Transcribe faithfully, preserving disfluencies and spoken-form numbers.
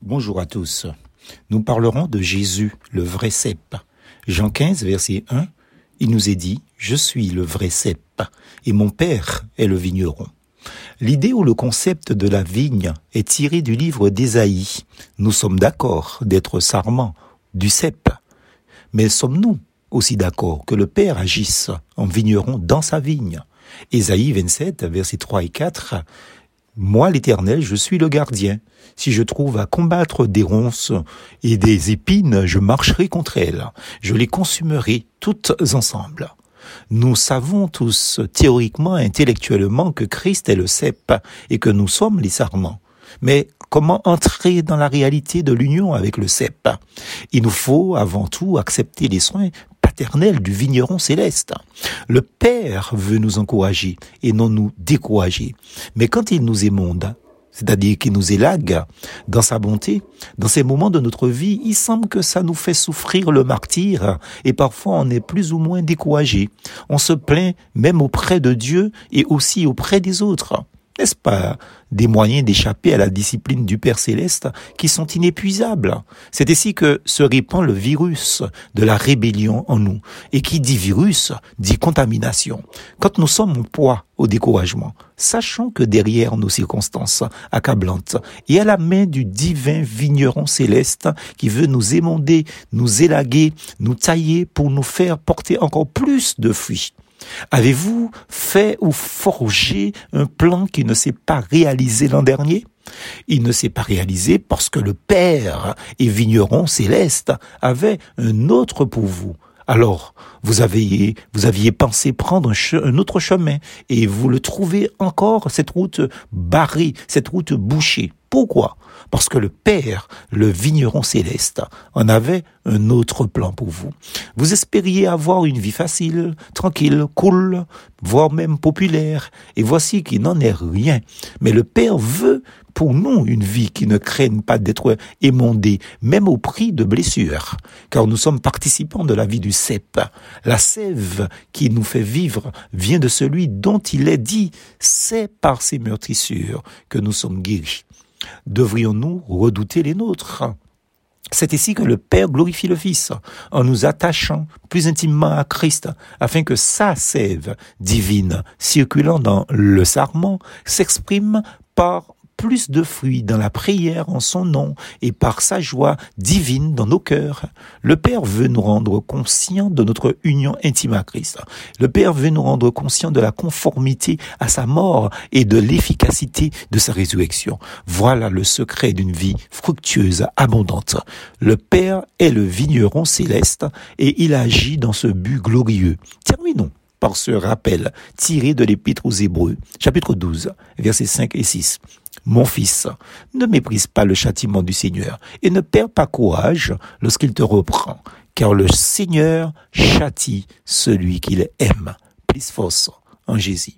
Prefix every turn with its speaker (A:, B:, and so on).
A: Bonjour à tous. Nous parlerons de Jésus, le vrai cep. Jean quinze, verset un, il nous est dit « Je suis le vrai cep et mon Père est le vigneron ». L'idée ou le concept de la vigne est tiré du livre d'Ésaïe. Nous sommes d'accord d'être sarments du cep. Mais sommes-nous aussi d'accord que le Père agisse en vigneron dans sa vigne? Ésaïe vingt-sept, versets trois et quatre, « Moi, l'Éternel, je suis le gardien. Si je trouve à combattre des ronces et des épines, je marcherai contre elles. Je les consumerai toutes ensemble. » Nous savons tous, théoriquement, intellectuellement, que Christ est le cep et que nous sommes les sarments. Mais comment entrer dans la réalité de l'union avec le cep? Il nous faut avant tout accepter les soins paternels du vigneron céleste. Le Père veut nous encourager et non nous décourager. Mais quand il nous émonde, c'est-à-dire qu'il nous élague dans sa bonté, dans ces moments de notre vie, il semble que ça nous fait souffrir le martyre et parfois on est plus ou moins découragé. On se plaint même auprès de Dieu et aussi auprès des autres. N'est-ce pas des moyens d'échapper à la discipline du Père Céleste qui sont inépuisables? C'est ici que se répand le virus de la rébellion en nous. Et qui dit virus, dit contamination. Quand nous sommes en proie au découragement, sachons que derrière nos circonstances accablantes, il y a la main du divin vigneron céleste qui veut nous émonder, nous élaguer, nous tailler pour nous faire porter encore plus de fruits. Avez-vous fait ou forgé un plan qui ne s'est pas réalisé l'an dernier? Il ne s'est pas réalisé parce que le Père et vigneron céleste avait un autre pour vous. Alors, vous aviez, vous aviez pensé prendre un, che, un autre chemin et vous le trouvez encore, cette route barrée, cette route bouchée. Pourquoi? Parce que le Père, le vigneron céleste, en avait un autre plan pour vous. Vous espériez avoir une vie facile, tranquille, cool, voire même populaire. Et voici qu'il n'en est rien. Mais le Père veut pour nous une vie qui ne craigne pas d'être émondée, même au prix de blessures. Car nous sommes participants de la vie du cep. La sève qui nous fait vivre vient de celui dont il est dit, c'est par ses meurtrissures que nous sommes guéris. Devrions-nous redouter les nôtres? C'est ici que le Père glorifie le Fils, en nous attachant plus intimement à Christ, afin que sa sève divine, circulant dans le sarment, s'exprime par plus de fruits dans la prière en son nom et par sa joie divine dans nos cœurs. Le Père veut nous rendre conscients de notre union intime à Christ. Le Père veut nous rendre conscients de la conformité à sa mort et de l'efficacité de sa résurrection. Voilà le secret d'une vie fructueuse, abondante. Le Père est le vigneron céleste et il agit dans ce but glorieux. Terminons par ce rappel tiré de l'Épître aux Hébreux, chapitre douze, versets cinq et six. Mon fils, ne méprise pas le châtiment du Seigneur et ne perds pas courage lorsqu'il te reprend, car le Seigneur châtie celui qu'il aime. Plus force en Jésus.